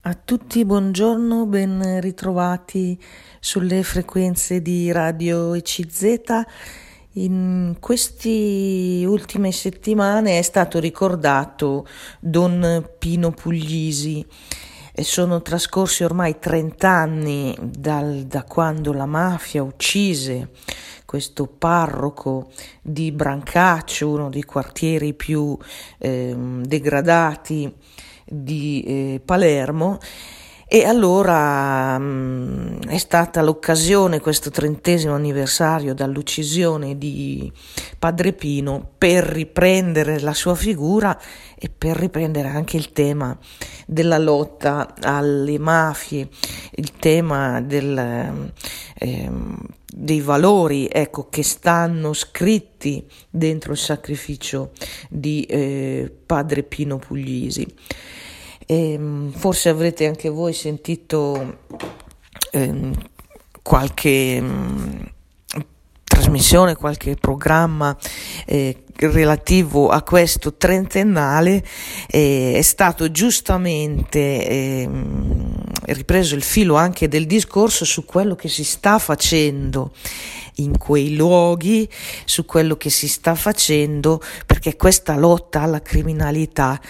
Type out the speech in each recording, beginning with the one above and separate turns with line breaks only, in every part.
A tutti buongiorno, ben ritrovati sulle frequenze di Radio ECZ. In queste ultime settimane è stato ricordato Don Pino Puglisi e sono trascorsi ormai 30 anni da quando la mafia uccise questo parroco di Brancaccio, uno dei quartieri più degradati di Palermo, e allora è stata l'occasione, questo 30° anniversario dall'uccisione di Padre Pino, per riprendere la sua figura e per riprendere anche il tema della lotta alle mafie, il tema dei valori, che stanno scritti dentro il sacrificio di Padre Pino Puglisi. Forse avrete anche voi sentito qualche trasmissione, qualche programma relativo a questo trentennale. È stato giustamente ripreso il filo anche del discorso su quello che si sta facendo in quei luoghi, su quello che si sta facendo, perché questa lotta alla criminalità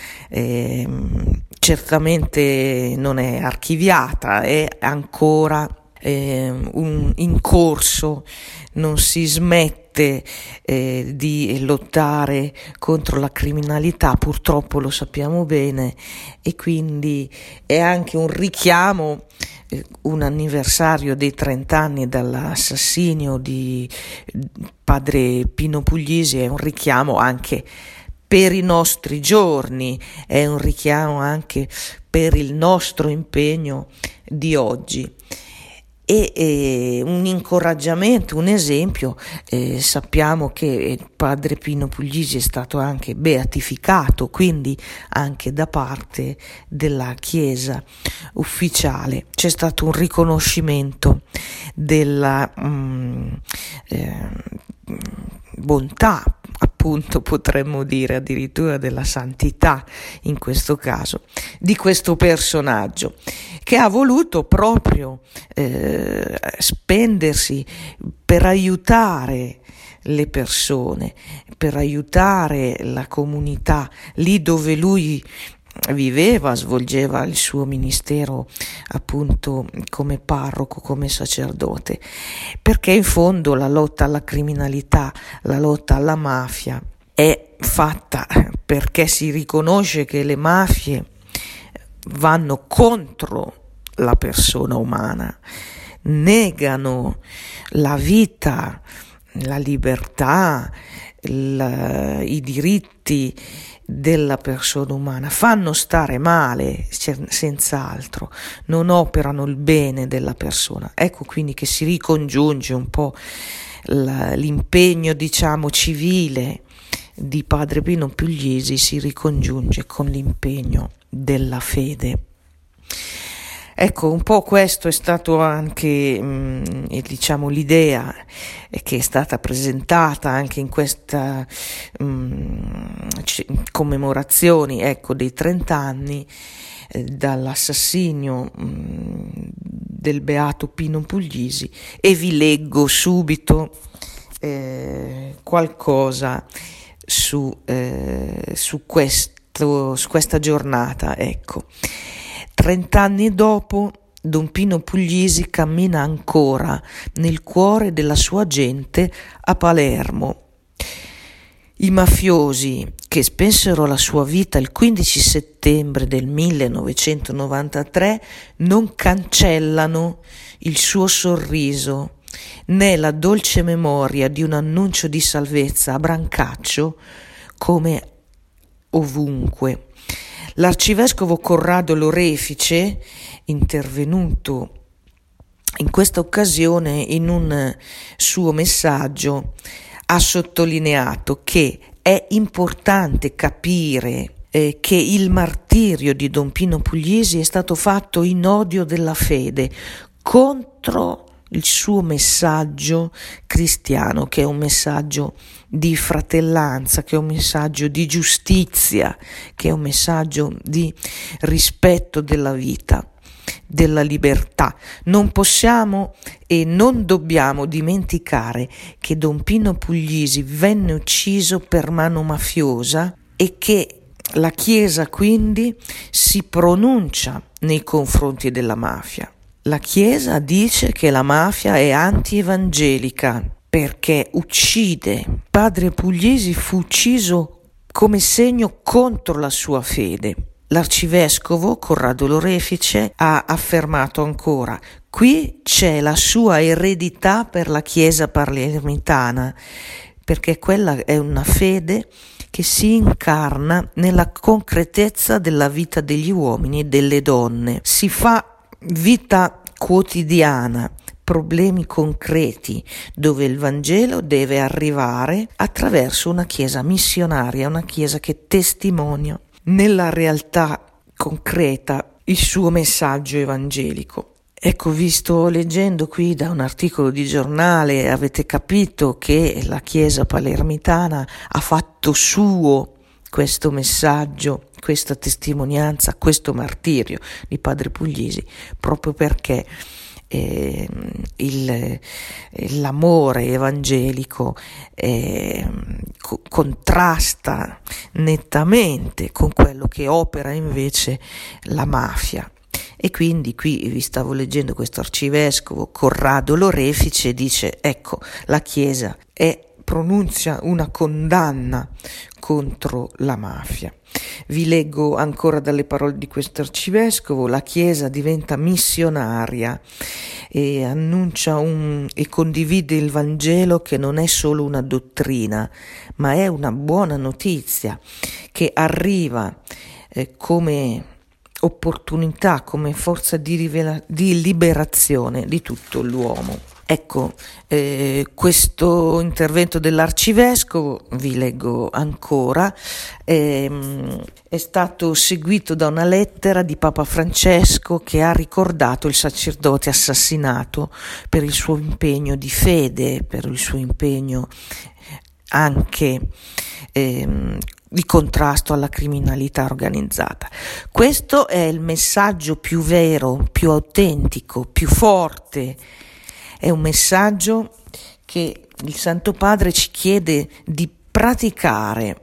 certamente non è archiviata, è ancora in corso, non si smette di lottare contro la criminalità, purtroppo lo sappiamo bene, e quindi è anche un richiamo, un anniversario dei 30 anni dall'assassinio di Padre Pino Puglisi, è un richiamo anche per i nostri giorni, è un richiamo anche per il nostro impegno di oggi. E un incoraggiamento, un esempio. Sappiamo che Padre Pino Puglisi è stato anche beatificato, quindi anche da parte della Chiesa ufficiale c'è stato un riconoscimento della bontà, appunto, potremmo dire addirittura della santità, in questo caso, di questo personaggio che ha voluto proprio spendersi per aiutare le persone, per aiutare la comunità lì dove lui viveva, svolgeva il suo ministero appunto come parroco, come sacerdote, perché in fondo la lotta alla criminalità, la lotta alla mafia è fatta perché si riconosce che le mafie vanno contro la persona umana, negano la vita, la libertà, i diritti della persona umana, fanno stare male senz'altro, non operano il bene della persona. Ecco quindi che si ricongiunge un po' l'impegno, diciamo, civile di Padre Pino Puglisi, si ricongiunge con l'impegno della fede. Ecco, un po' questo è stato anche l'idea che è stata presentata anche in questa commemorazioni, dei 30 anni dall'assassinio del beato Pino Puglisi, e vi leggo subito qualcosa su questa giornata. 30 anni dopo, Don Pino Puglisi cammina ancora nel cuore della sua gente a Palermo. I mafiosi che spensero la sua vita il 15 settembre del 1993 non cancellano il suo sorriso, né la dolce memoria di un annuncio di salvezza a Brancaccio come ovunque. L'arcivescovo Corrado Lorefice, intervenuto in questa occasione in un suo messaggio, ha sottolineato che è importante capire che il martirio di Don Pino Puglisi è stato fatto in odio della fede, contro il suo messaggio cristiano, che è un messaggio di fratellanza, che è un messaggio di giustizia, che è un messaggio di rispetto della vita, della libertà. Non possiamo e non dobbiamo dimenticare che Don Pino Puglisi venne ucciso per mano mafiosa e che la Chiesa quindi si pronuncia nei confronti della mafia. La Chiesa dice che la mafia è anti-evangelica perché uccide. Padre Puglisi fu ucciso come segno contro la sua fede. L'arcivescovo Corrado Lorefice ha affermato ancora: qui c'è la sua eredità per la Chiesa palermitana, perché quella è una fede che si incarna nella concretezza della vita degli uomini e delle donne. Si fa vita quotidiana, problemi concreti, dove il Vangelo deve arrivare attraverso una Chiesa missionaria, una Chiesa che testimonia nella realtà concreta il suo messaggio evangelico. Ecco, vi sto leggendo qui da un articolo di giornale, avete capito che la Chiesa palermitana ha fatto suo questo messaggio, questa testimonianza, questo martirio di Padre Puglisi, proprio perché l'amore evangelico contrasta nettamente con quello che opera invece la mafia. E quindi qui vi stavo leggendo questo arcivescovo Corrado Lorefice, dice: ecco, la Chiesa pronuncia una condanna contro la mafia. Vi leggo ancora dalle parole di questo arcivescovo: la Chiesa diventa missionaria e annuncia e condivide il Vangelo, che non è solo una dottrina, ma è una buona notizia che arriva come opportunità, come forza di liberazione di tutto l'uomo. Ecco, questo intervento dell'arcivescovo, vi leggo ancora, è stato seguito da una lettera di Papa Francesco che ha ricordato il sacerdote assassinato per il suo impegno di fede, per il suo impegno anche di contrasto alla criminalità organizzata. Questo è il messaggio più vero, più autentico, più forte. È un messaggio che il Santo Padre ci chiede di praticare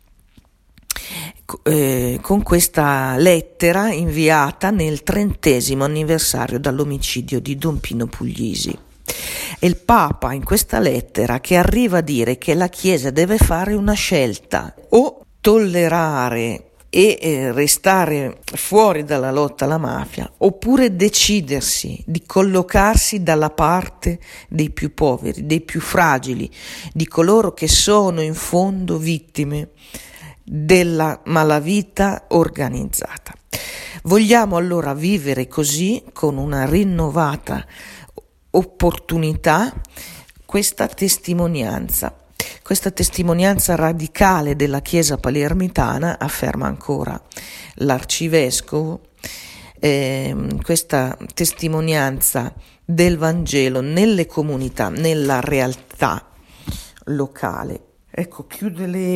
con questa lettera inviata nel 30° anniversario dall'omicidio di Don Pino Puglisi. È il Papa in questa lettera che arriva a dire che la Chiesa deve fare una scelta: o tollerare e restare fuori dalla lotta alla mafia, oppure decidersi di collocarsi dalla parte dei più poveri, dei più fragili, di coloro che sono in fondo vittime della malavita organizzata. Vogliamo allora vivere così, con una rinnovata opportunità, questa testimonianza radicale della Chiesa palermitana, afferma ancora l'arcivescovo, questa testimonianza del Vangelo nelle comunità, nella realtà locale. Ecco, chiude le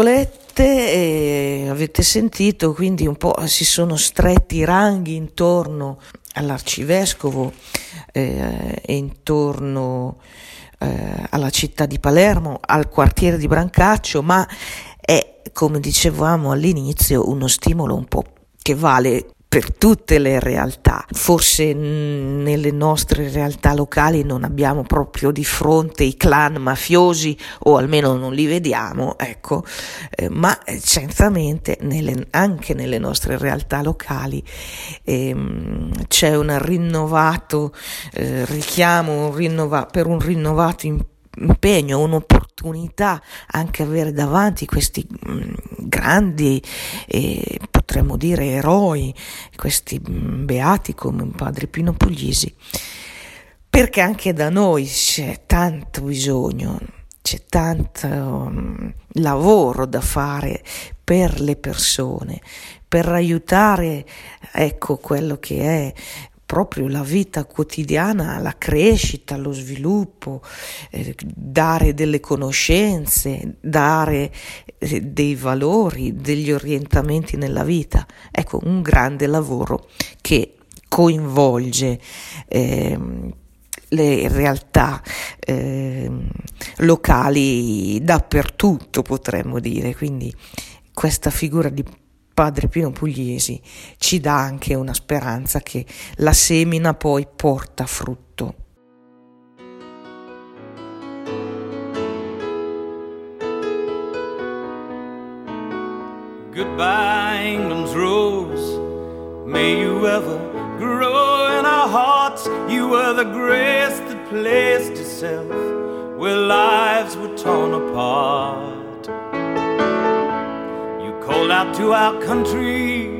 virgolette, avete sentito, quindi un po' si sono stretti i ranghi intorno all'arcivescovo e intorno alla città di Palermo, al quartiere di Brancaccio, ma è, come dicevamo all'inizio, uno stimolo un po' che vale per tutte le realtà. Forse nelle nostre realtà locali non abbiamo proprio di fronte i clan mafiosi, o almeno non li vediamo, ecco, ma certamente anche nelle nostre realtà locali c'è un rinnovato richiamo per un rinnovato impegno, un'opportunità anche avere davanti questi grandi potremmo dire eroi, questi beati come Padre Pino Puglisi, perché anche da noi c'è tanto bisogno, c'è tanto lavoro da fare per le persone, per aiutare, ecco, quello che è proprio la vita quotidiana, la crescita, lo sviluppo, dare delle conoscenze, dare dei valori, degli orientamenti nella vita. Ecco, un grande lavoro che coinvolge le realtà locali dappertutto, potremmo dire. Quindi questa figura di Padre Pino Pugliesi ci dà anche una speranza che la semina poi porta frutto.
Goodbye, England's rose. May you ever grow in our hearts. You were the grace that placed itself where lives were torn apart. You called out to our country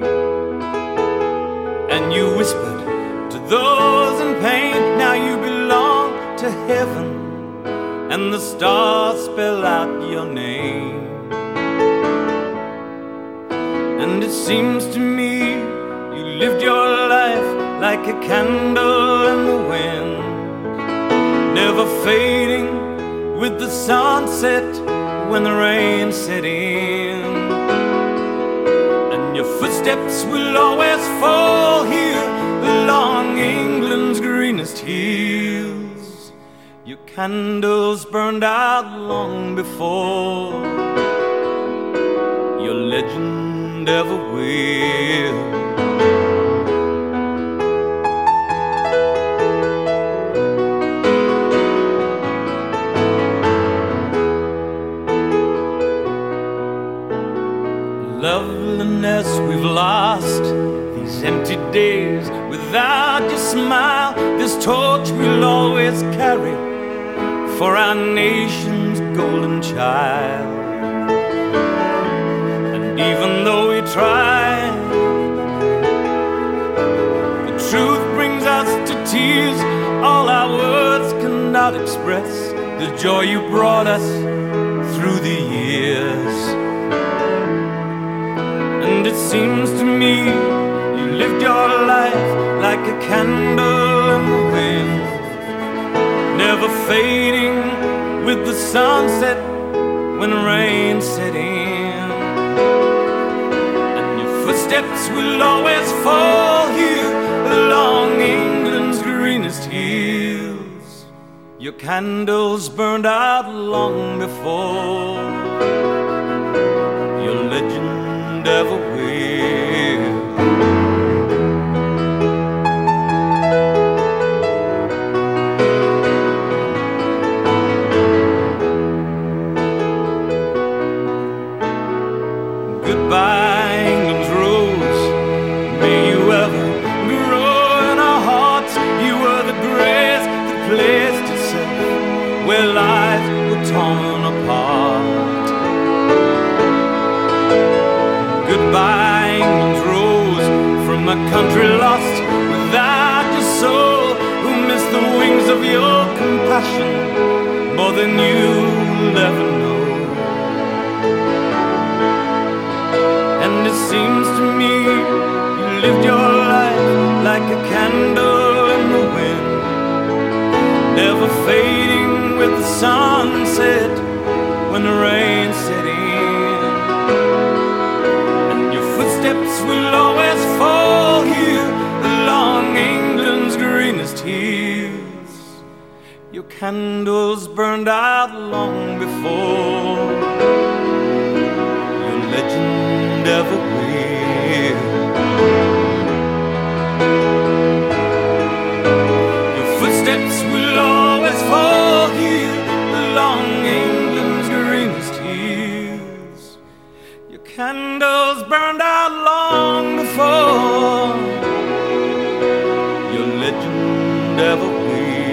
and you whispered to those in pain. Now you belong to heaven and the stars spell out your name. And it seems to me you lived your life like a candle in the wind, never fading with the sunset when the rain set in. And your footsteps will always fall here along England's greenest hills. Your candles burned out long before your legend ever will. Loveliness we've lost, these empty days without your smile, this torch we'll always carry for our nation's golden child. And even though we try, the truth brings us to tears. All our words cannot express the joy you brought us through the years. And it seems to me you lived your life like a candle in the wind, never fading with the sunset when rain set in. And your footsteps will always fall here along England's greenest hills. Your candles burned out long before your legend ever will. Goodbye, England's rose. May you ever grow in our hearts. You were the grace that placed itself where lives were torn apart. Goodbye, England's rose, from a country lost without your soul, who missed the wings of your compassion more than you'll ever know. And it seems to me you lived your life like a candle in the wind, never fading with the sunset when the rain set in. And your footsteps will always fall here along England's greenest hills. Your candles burned out long before your legend ever will. Your footsteps will always fall here along England's greenest hills. Your candles burned out long before your legend ever will.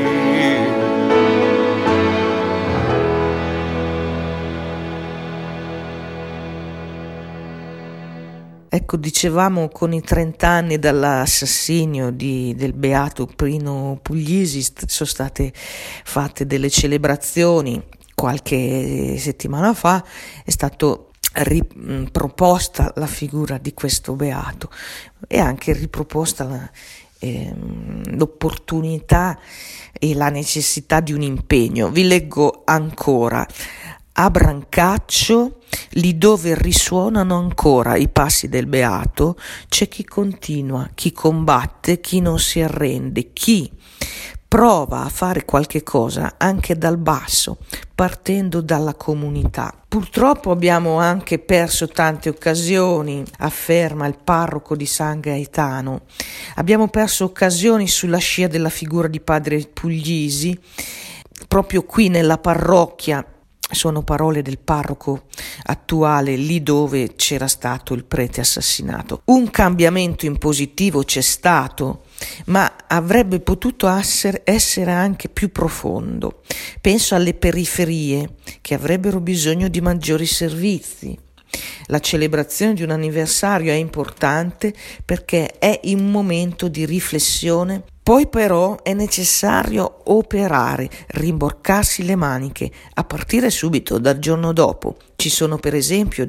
Ecco, dicevamo, con i 30 anni dall'assassinio del beato Pino Puglisi sono state fatte delle celebrazioni. Qualche settimana fa è stato riproposta la figura di questo beato e anche riproposta l'opportunità e la necessità di un impegno. Vi leggo ancora: a Brancaccio, lì dove risuonano ancora i passi del Beato, c'è chi continua, chi combatte, chi non si arrende, chi prova a fare qualche cosa anche dal basso, partendo dalla comunità. Purtroppo abbiamo anche perso tante occasioni, afferma il parroco di San Gaetano. Abbiamo perso occasioni sulla scia della figura di padre Puglisi, proprio qui nella parrocchia. Sono parole del parroco attuale, lì dove c'era stato il prete assassinato. Un cambiamento in positivo c'è stato, ma avrebbe potuto essere anche più profondo. Penso alle periferie che avrebbero bisogno di maggiori servizi. La celebrazione di un anniversario è importante perché è un momento di riflessione. Poi però è necessario operare, rimborcarsi le maniche, a partire subito dal giorno dopo. Ci sono per esempio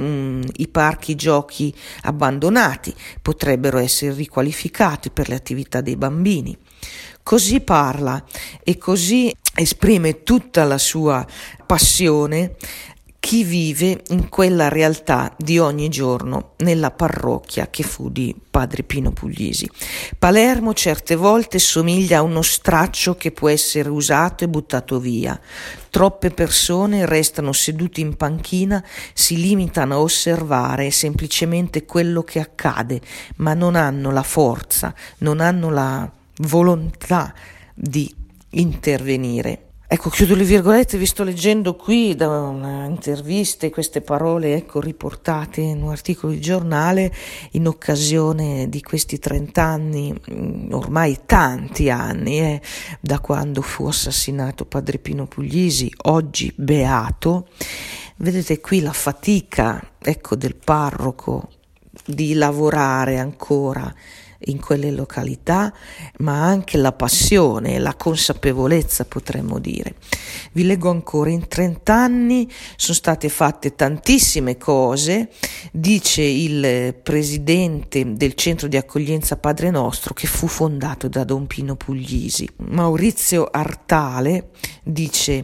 i parchi giochi abbandonati, potrebbero essere riqualificati per le attività dei bambini. Così parla e così esprime tutta la sua passione chi vive in quella realtà di ogni giorno nella parrocchia che fu di padre Pino Puglisi. Palermo certe volte somiglia a uno straccio che può essere usato e buttato via. Troppe persone restano seduti in panchina, si limitano a osservare semplicemente quello che accade, ma non hanno la forza, non hanno la volontà di intervenire. Ecco, chiudo le virgolette, vi sto leggendo qui da un'intervista queste parole, riportate in un articolo di giornale in occasione di questi 30 anni, ormai tanti anni, da quando fu assassinato padre Pino Puglisi, oggi beato. Vedete qui la fatica, del parroco di lavorare ancora in quelle località, ma anche la passione, la consapevolezza, potremmo dire. Vi leggo ancora: in 30 anni sono state fatte tantissime cose, dice il presidente del centro di accoglienza Padre Nostro, che fu fondato da Don Pino Puglisi. Maurizio Artale dice: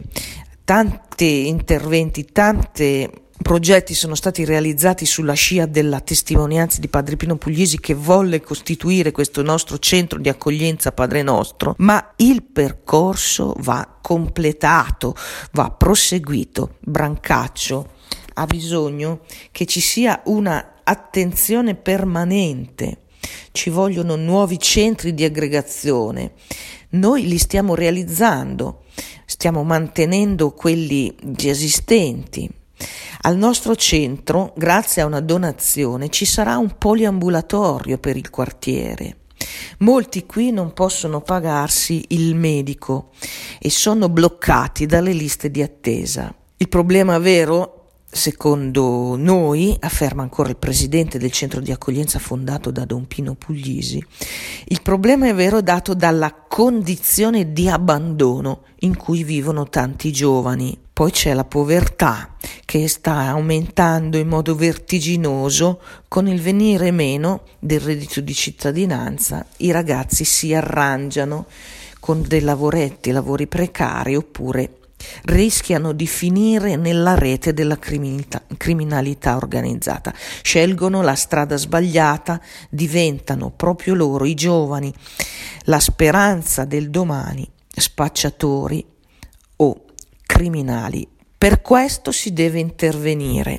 tanti interventi, tante progetti sono stati realizzati sulla scia della testimonianza di padre Pino Puglisi, che volle costituire questo nostro centro di accoglienza Padre Nostro, ma il percorso va completato, va proseguito. Brancaccio ha bisogno che ci sia una attenzione permanente, ci vogliono nuovi centri di aggregazione. Noi li stiamo realizzando, stiamo mantenendo quelli già esistenti. Al nostro centro, grazie a una donazione, ci sarà un poliambulatorio per il quartiere. Molti qui non possono pagarsi il medico e sono bloccati dalle liste di attesa. Il problema vero, secondo noi, afferma ancora il presidente del centro di accoglienza fondato da Don Pino Puglisi, il problema è vero dato dalla condizione di abbandono in cui vivono tanti giovani. Poi c'è la povertà che sta aumentando in modo vertiginoso con il venire meno del reddito di cittadinanza. I ragazzi si arrangiano con dei lavoretti, lavori precari, oppure rischiano di finire nella rete della criminalità organizzata. Scelgono la strada sbagliata, diventano proprio loro, i giovani, la speranza del domani, spacciatori o criminali. Per questo si deve intervenire.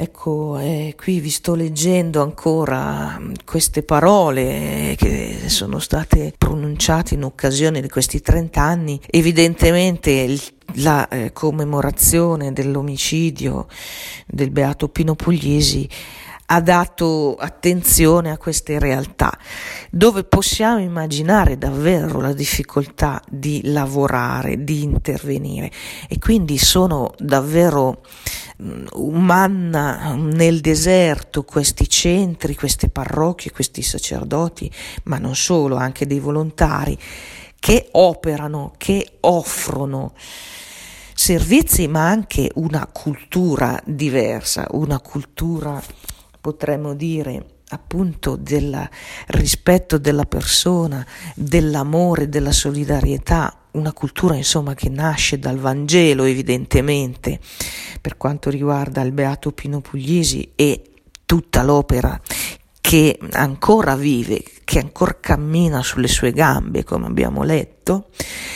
Qui vi sto leggendo ancora queste parole che sono state pronunciate in occasione di questi 30 anni. Evidentemente la commemorazione dell'omicidio del beato Pino Puglisi ha dato attenzione a queste realtà, dove possiamo immaginare davvero la difficoltà di lavorare, di intervenire, e quindi sono davvero un manna nel deserto questi centri, queste parrocchie, questi sacerdoti, ma non solo, anche dei volontari che operano, che offrono servizi, ma anche una cultura diversa, una cultura, potremmo dire, appunto del rispetto della persona, dell'amore, della solidarietà, una cultura insomma che nasce dal Vangelo evidentemente per quanto riguarda il Beato Pino Puglisi e tutta l'opera che ancora vive, che ancora cammina sulle sue gambe, come abbiamo letto.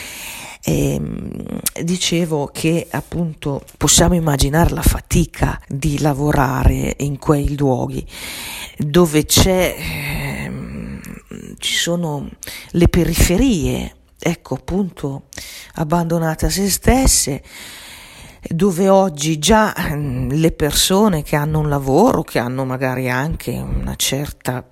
Dicevo che appunto possiamo immaginare la fatica di lavorare in quei luoghi dove ci sono le periferie, ecco appunto abbandonate a se stesse, dove oggi già le persone che hanno un lavoro, che hanno magari anche una certa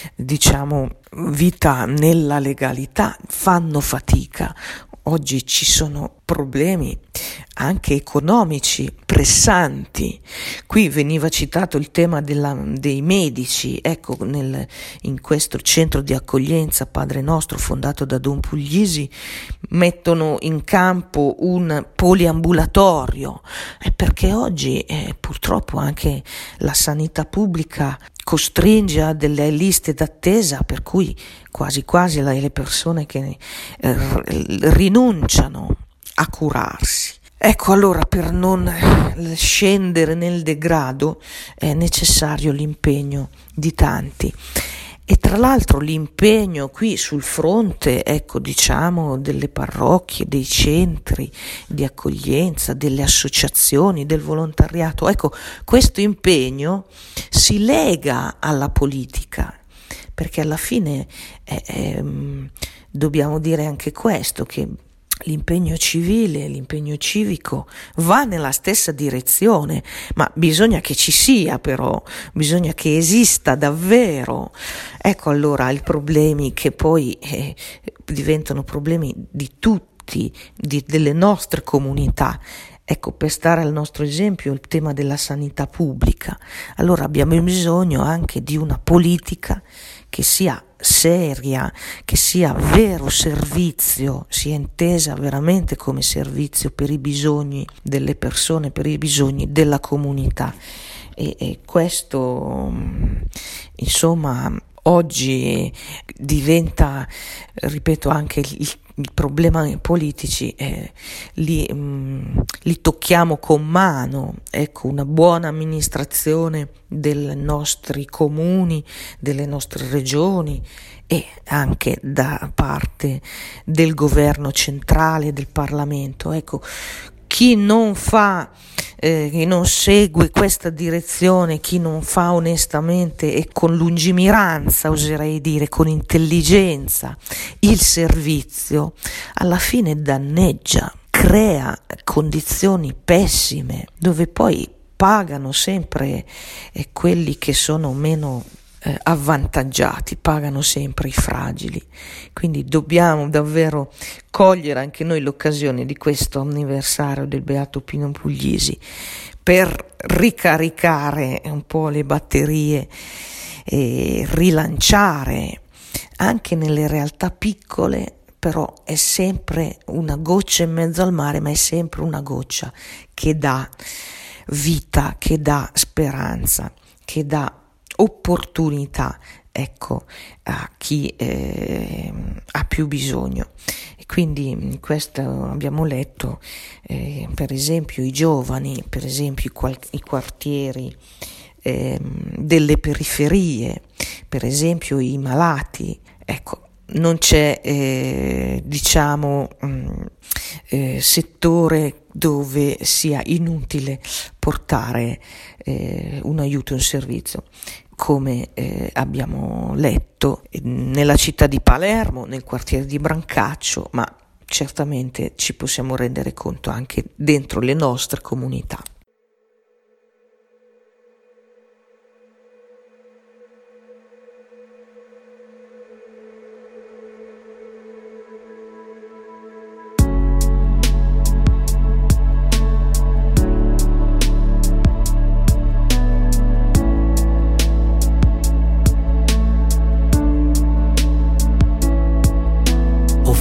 vita nella legalità, fanno fatica. Oggi ci sono problemi anche economici pressanti. Qui veniva citato il tema dei medici. Ecco, in questo centro di accoglienza Padre Nostro fondato da Don Puglisi mettono in campo un poliambulatorio, perché oggi purtroppo anche la sanità pubblica costringe a delle liste d'attesa per cui quasi le persone che rinunciano a curarsi. Ecco, allora per non scendere nel degrado è necessario l'impegno di tanti. E tra l'altro l'impegno qui sul fronte, delle parrocchie, dei centri di accoglienza, delle associazioni, del volontariato, questo impegno si lega alla politica, perché alla fine dobbiamo dire anche questo, che l'impegno civile, l'impegno civico va nella stessa direzione, ma bisogna che ci sia, però bisogna che esista davvero. Ecco allora i problemi che poi diventano problemi di tutti, delle nostre comunità. Ecco, per stare al nostro esempio, il tema della sanità pubblica. Allora abbiamo bisogno anche di una politica che sia seria, che sia vero servizio, sia intesa veramente come servizio per i bisogni delle persone, per i bisogni della comunità. E questo, insomma, oggi diventa, ripeto, anche il problema politici, li tocchiamo con mano. Ecco, una buona amministrazione dei nostri comuni, delle nostre regioni e anche da parte del governo centrale, del Parlamento. Ecco, chi non segue questa direzione, chi non fa onestamente e con lungimiranza, oserei dire, con intelligenza il servizio, alla fine danneggia, crea condizioni pessime, dove poi pagano sempre quelli che sono meno avvantaggiati, pagano sempre i fragili. Quindi dobbiamo davvero cogliere anche noi l'occasione di questo anniversario del Beato Pino Puglisi per ricaricare un po' le batterie e rilanciare anche nelle realtà piccole. Però è sempre una goccia in mezzo al mare, ma è sempre una goccia che dà vita, che dà speranza, che dà opportunità, a chi ha più bisogno. E quindi in questo abbiamo letto per esempio i giovani, per esempio i quartieri delle periferie, per esempio i malati. Non c'è settore dove sia inutile portare un aiuto, un servizio, come abbiamo letto nella città di Palermo, nel quartiere di Brancaccio, ma certamente ci possiamo rendere conto anche dentro le nostre comunità.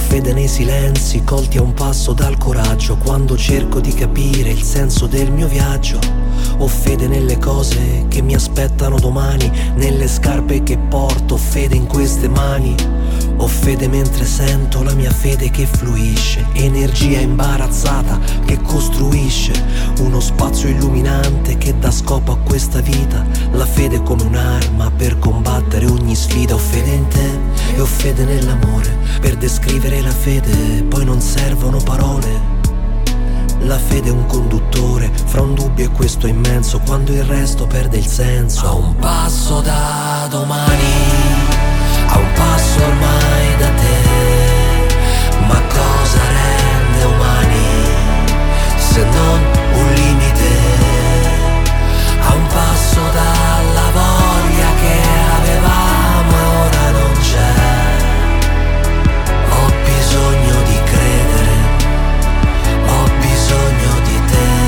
fede nei silenzi colti a un passo dal coraggio, quando cerco di capire il senso del mio viaggio. Ho fede nelle cose che mi aspettano domani, nelle scarpe che porto, ho fede in queste mani. Ho fede mentre sento la mia fede che fluisce, energia imbarazzata che costruisce uno spazio illuminante che dà scopo a questa vita. La fede come un'arma per combattere ogni sfida. Ho fede in te e ho fede nell'amore, per descrivere la fede poi non servono parole. La fede è un conduttore fra un dubbio e questo immenso, quando il resto perde il senso. A un passo da domani, a un passo ormai da te, ma cosa rende umani se non un limite? A un passo dalla voglia che avevamo e ora non c'è. Ho bisogno di credere, ho bisogno di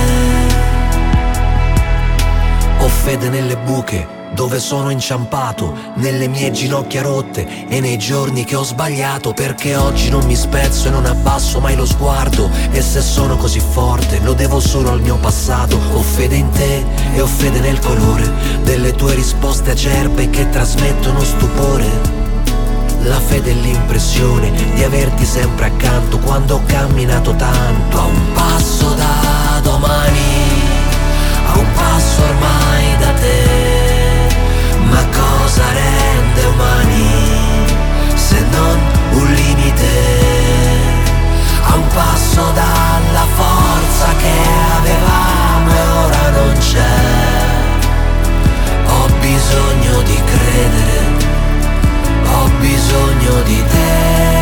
te. Ho fede nelle buche dove sono inciampato, nelle mie ginocchia rotte e nei giorni che ho sbagliato, perché oggi non mi spezzo e non abbasso mai lo sguardo, e se sono così forte lo devo solo al mio passato. Ho fede in te e ho fede nel colore delle tue risposte acerbe che trasmettono stupore. La fede è l'impressione di averti sempre accanto quando ho camminato tanto. A un passo da domani, a un passo ormai da te, ma cosa rende umani se non un limite? A un passo dalla forza che avevamo e ora non c'è. Ho bisogno di credere, ho bisogno di te.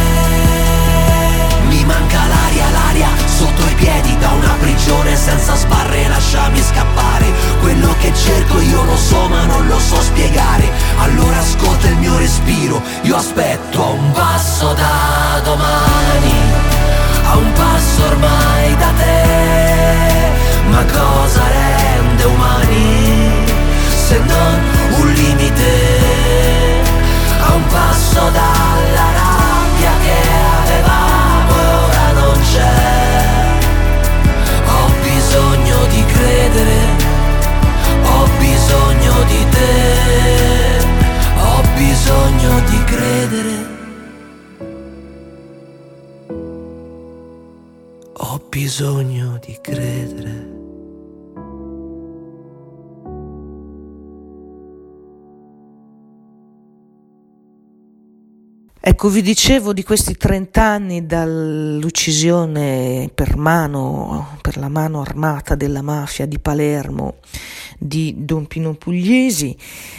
Mi manca l'aria sotto i piedi, da una prigione senza sbarre, lasciami scappare. Quello che cerco io lo so ma non lo so spiegare. Allora ascolta il mio respiro, io aspetto. A un passo da domani, a un passo ormai da te, ma cosa rende umani se non un limite? A un passo dalla rabbia che avevamo e ora non c'è. Ho bisogno di credere, ho bisogno di te, ho bisogno di credere, ho bisogno di credere.
Ecco, vi dicevo di questi 30 anni dall'uccisione per la mano armata della mafia di Palermo di Don Pino Puglisi.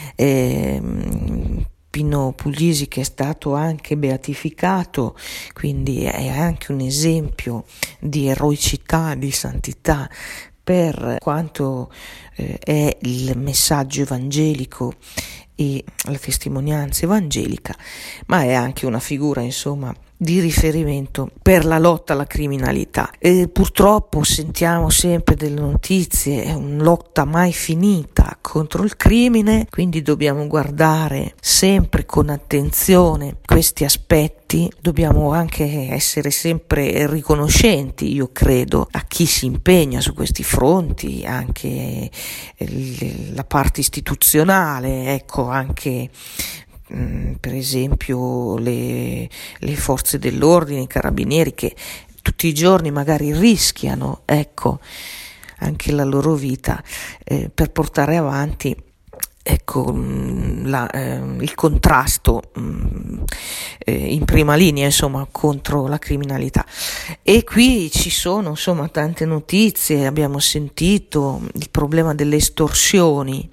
Pino Puglisi che è stato anche beatificato, quindi è anche un esempio di eroicità, di santità per quanto è il messaggio evangelico e la testimonianza evangelica, ma è anche una figura, insomma, di riferimento per la lotta alla criminalità. E purtroppo sentiamo sempre delle notizie, è una lotta mai finita contro il crimine, quindi dobbiamo guardare sempre con attenzione questi aspetti, dobbiamo anche essere sempre riconoscenti, io credo, a chi si impegna su questi fronti, anche la parte istituzionale, ecco, anche per esempio le forze dell'ordine, i carabinieri che tutti i giorni magari rischiano, ecco, anche la loro vita per portare avanti, ecco, il contrasto in prima linea, insomma, contro la criminalità. E qui ci sono, insomma, tante notizie, abbiamo sentito il problema delle estorsioni.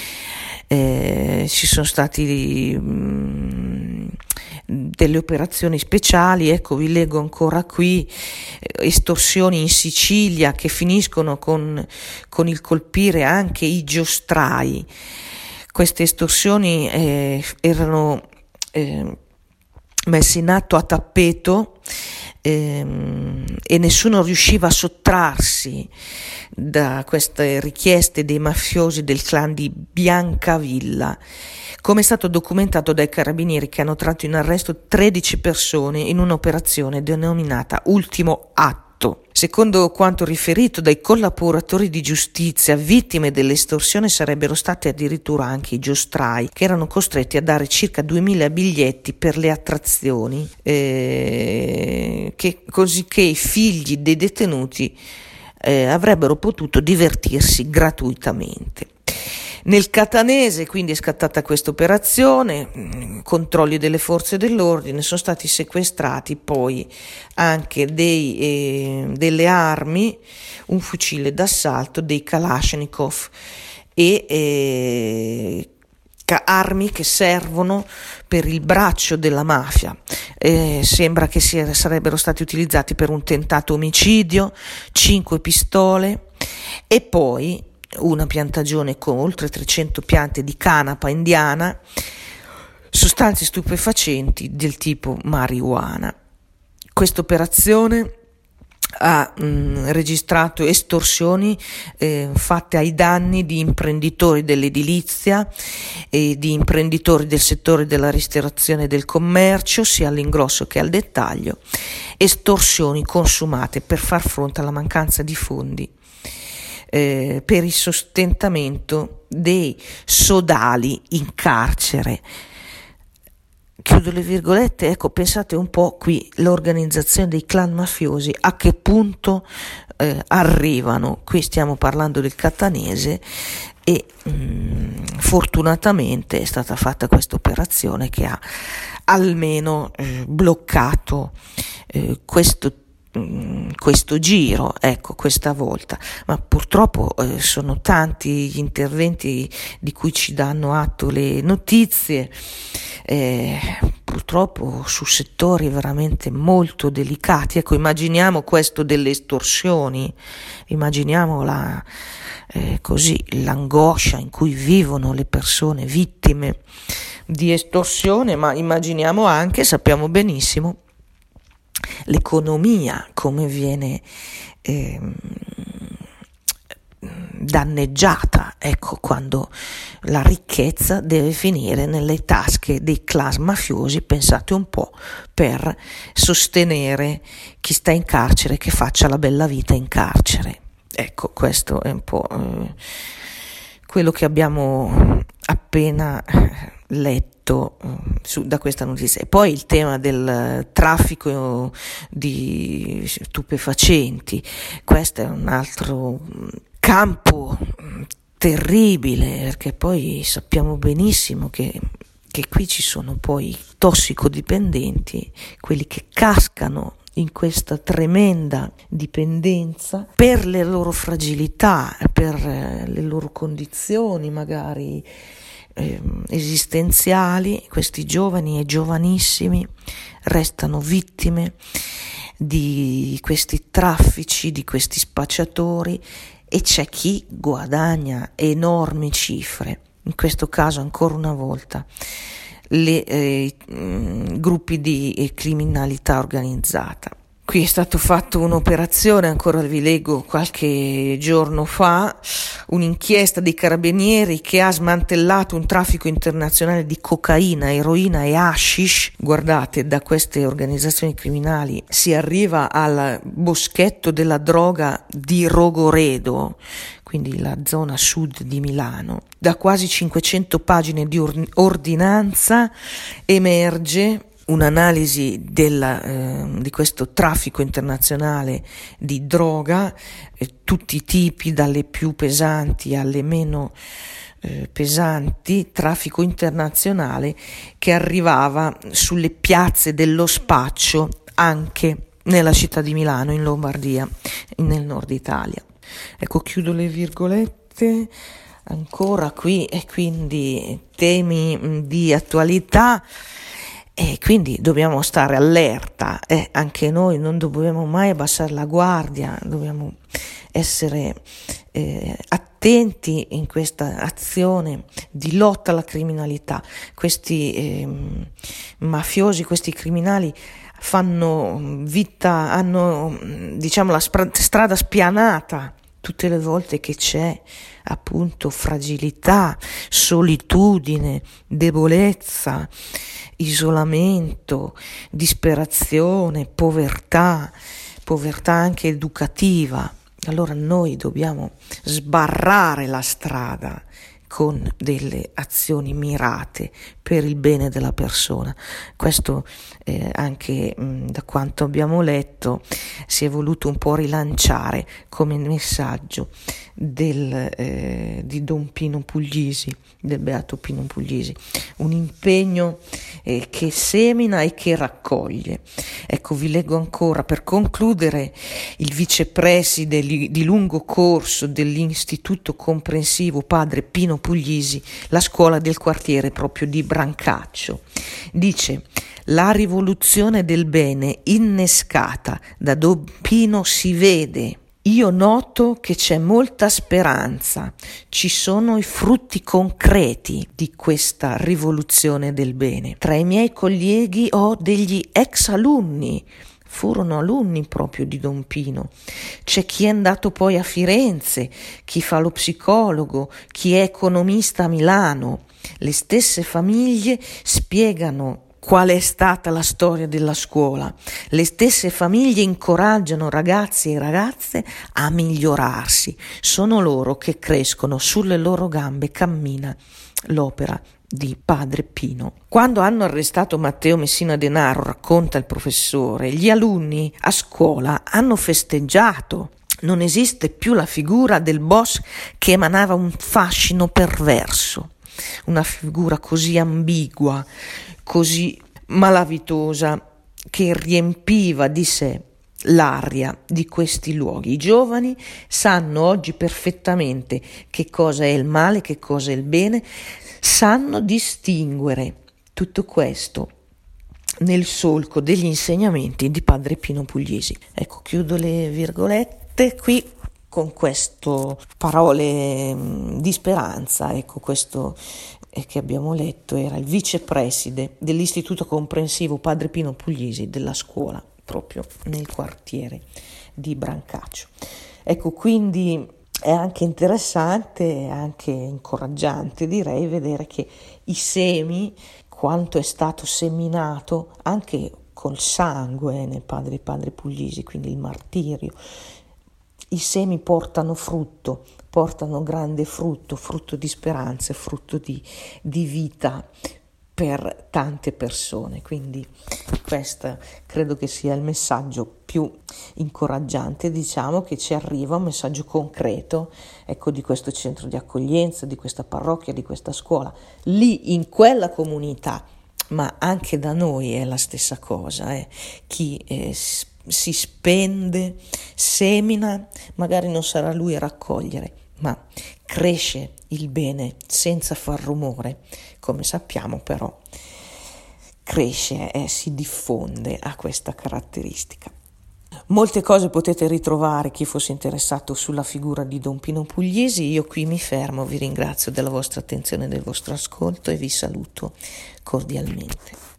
Ci sono stati delle operazioni speciali, ecco, vi leggo ancora qui, estorsioni in Sicilia che finiscono con il colpire anche i giostrai. Queste estorsioni erano messe in atto a tappeto e nessuno riusciva a sottrarsi da queste richieste dei mafiosi del clan di Biancavilla, come è stato documentato dai carabinieri che hanno tratto in arresto 13 persone in un'operazione denominata Ultimo Atto. Secondo quanto riferito dai collaboratori di giustizia, vittime dell'estorsione sarebbero stati addirittura anche i giostrai, che erano costretti a dare circa 2000 biglietti per le attrazioni, così che i figli dei detenuti avrebbero potuto divertirsi gratuitamente. Nel Catanese quindi è scattata questa operazione, controlli delle forze dell'ordine, sono stati sequestrati poi anche delle armi, un fucile d'assalto, dei Kalashnikov e armi che servono per il braccio della mafia. Sembra che sarebbero stati utilizzati per un tentato omicidio, 5 pistole e poi una piantagione con oltre 300 piante di canapa indiana, sostanze stupefacenti del tipo marijuana. Questa operazione ha registrato estorsioni fatte ai danni di imprenditori dell'edilizia e di imprenditori del settore della ristorazione e del commercio, sia all'ingrosso che al dettaglio, estorsioni consumate per far fronte alla mancanza di fondi per il sostentamento dei sodali in carcere. Chiudo le virgolette. Ecco, pensate un po' qui l'organizzazione dei clan mafiosi a che punto arrivano. Qui stiamo parlando del Catanese e fortunatamente è stata fatta questa operazione che ha almeno bloccato questo giro, ecco, questa volta, ma purtroppo sono tanti gli interventi di cui ci danno atto le notizie, purtroppo su settori veramente molto delicati. Ecco, immaginiamo questo delle estorsioni, immaginiamo così l'angoscia in cui vivono le persone vittime di estorsione, ma immaginiamo anche, sappiamo benissimo, l'economia come viene danneggiata, ecco, quando la ricchezza deve finire nelle tasche dei clan mafiosi, pensate un po', per sostenere chi sta in carcere, che faccia la bella vita in carcere. Ecco, questo è un po' quello che abbiamo appena letto da questa notizia. E poi il tema del traffico di stupefacenti, questo è un altro campo terribile, perché poi sappiamo benissimo che qui ci sono poi tossicodipendenti, quelli che cascano in questa tremenda dipendenza per le loro fragilità, per le loro condizioni magari esistenziali. Questi giovani e giovanissimi restano vittime di questi traffici, di questi spacciatori, e c'è chi guadagna enormi cifre. In questo caso, ancora una volta, gruppi di criminalità organizzata. Qui è stato fatto un'operazione, ancora vi leggo, qualche giorno fa, un'inchiesta dei carabinieri che ha smantellato un traffico internazionale di cocaina, eroina e hashish. Guardate, da queste organizzazioni criminali si arriva al boschetto della droga di Rogoredo, quindi la zona sud di Milano. Da quasi 500 pagine di ordinanza emerge un'analisi di questo traffico internazionale di droga, tutti i tipi, dalle più pesanti alle meno pesanti, traffico internazionale che arrivava sulle piazze dello spaccio anche nella città di Milano, in Lombardia, nel nord Italia. Ecco, chiudo le virgolette. Ancora qui, e quindi temi di attualità. E quindi dobbiamo stare allerta, anche noi non dobbiamo mai abbassare la guardia, dobbiamo essere attenti in questa azione di lotta alla criminalità. Questi mafiosi, questi criminali fanno vita, hanno diciamo la strada spianata tutte le volte che c'è appunto fragilità, solitudine, debolezza, isolamento, disperazione, povertà anche educativa. Allora noi dobbiamo sbarrare la strada con delle azioni mirate per il bene della persona. Questo anche da quanto abbiamo letto si è voluto un po' rilanciare come messaggio di Don Pino Puglisi, del Beato Pino Puglisi, un impegno che semina e che raccoglie. Ecco, vi leggo ancora per concludere il vicepreside di lungo corso dell'Istituto Comprensivo Padre Pino Puglisi, la scuola del quartiere proprio di Brancaccio. Dice: la rivoluzione del bene innescata da Don Pino si vede. Io noto che c'è molta speranza, ci sono i frutti concreti di questa rivoluzione del bene. Tra i miei colleghi ho degli ex alunni, furono alunni proprio di Don Pino. C'è chi è andato poi a Firenze, chi fa lo psicologo, chi è economista a Milano. Le stesse famiglie spiegano qual è stata la storia della scuola. Le stesse famiglie incoraggiano ragazzi e ragazze a migliorarsi. Sono loro che crescono, sulle loro gambe cammina l'opera di Padre Pino. Quando hanno arrestato Matteo Messina Denaro, racconta il professore, gli alunni a scuola hanno festeggiato. Non esiste più la figura del boss che emanava un fascino perverso, una figura così ambigua, così malavitosa, che riempiva di sé l'aria di questi luoghi. I giovani sanno oggi perfettamente che cosa è il male, che cosa è il bene, sanno distinguere tutto questo nel solco degli insegnamenti di Padre Pino Puglisi. Ecco, chiudo le virgolette qui con queste parole di speranza. Ecco, questo che abbiamo letto era il vicepreside dell'Istituto Comprensivo Padre Pino Puglisi della scuola proprio nel quartiere di Brancaccio. Ecco, quindi è anche interessante e anche incoraggiante, direi, vedere che i semi, quanto è stato seminato anche col sangue nel Padre Puglisi, quindi il martirio, i semi portano frutto, portano grande frutto di speranza, frutto di vita per tante persone. Quindi questo credo che sia il messaggio più incoraggiante, diciamo, che ci arriva, un messaggio concreto, ecco, di questo centro di accoglienza, di questa parrocchia, di questa scuola, lì in quella comunità, ma anche da noi è la stessa cosa, chi si spende, semina, magari non sarà lui a raccogliere, ma cresce il bene senza far rumore, come sappiamo, però cresce e si diffonde, ha questa caratteristica. Molte cose potete ritrovare, chi fosse interessato, sulla figura di Don Pino Puglisi. Io qui mi fermo, vi ringrazio della vostra attenzione e del vostro ascolto e vi saluto cordialmente.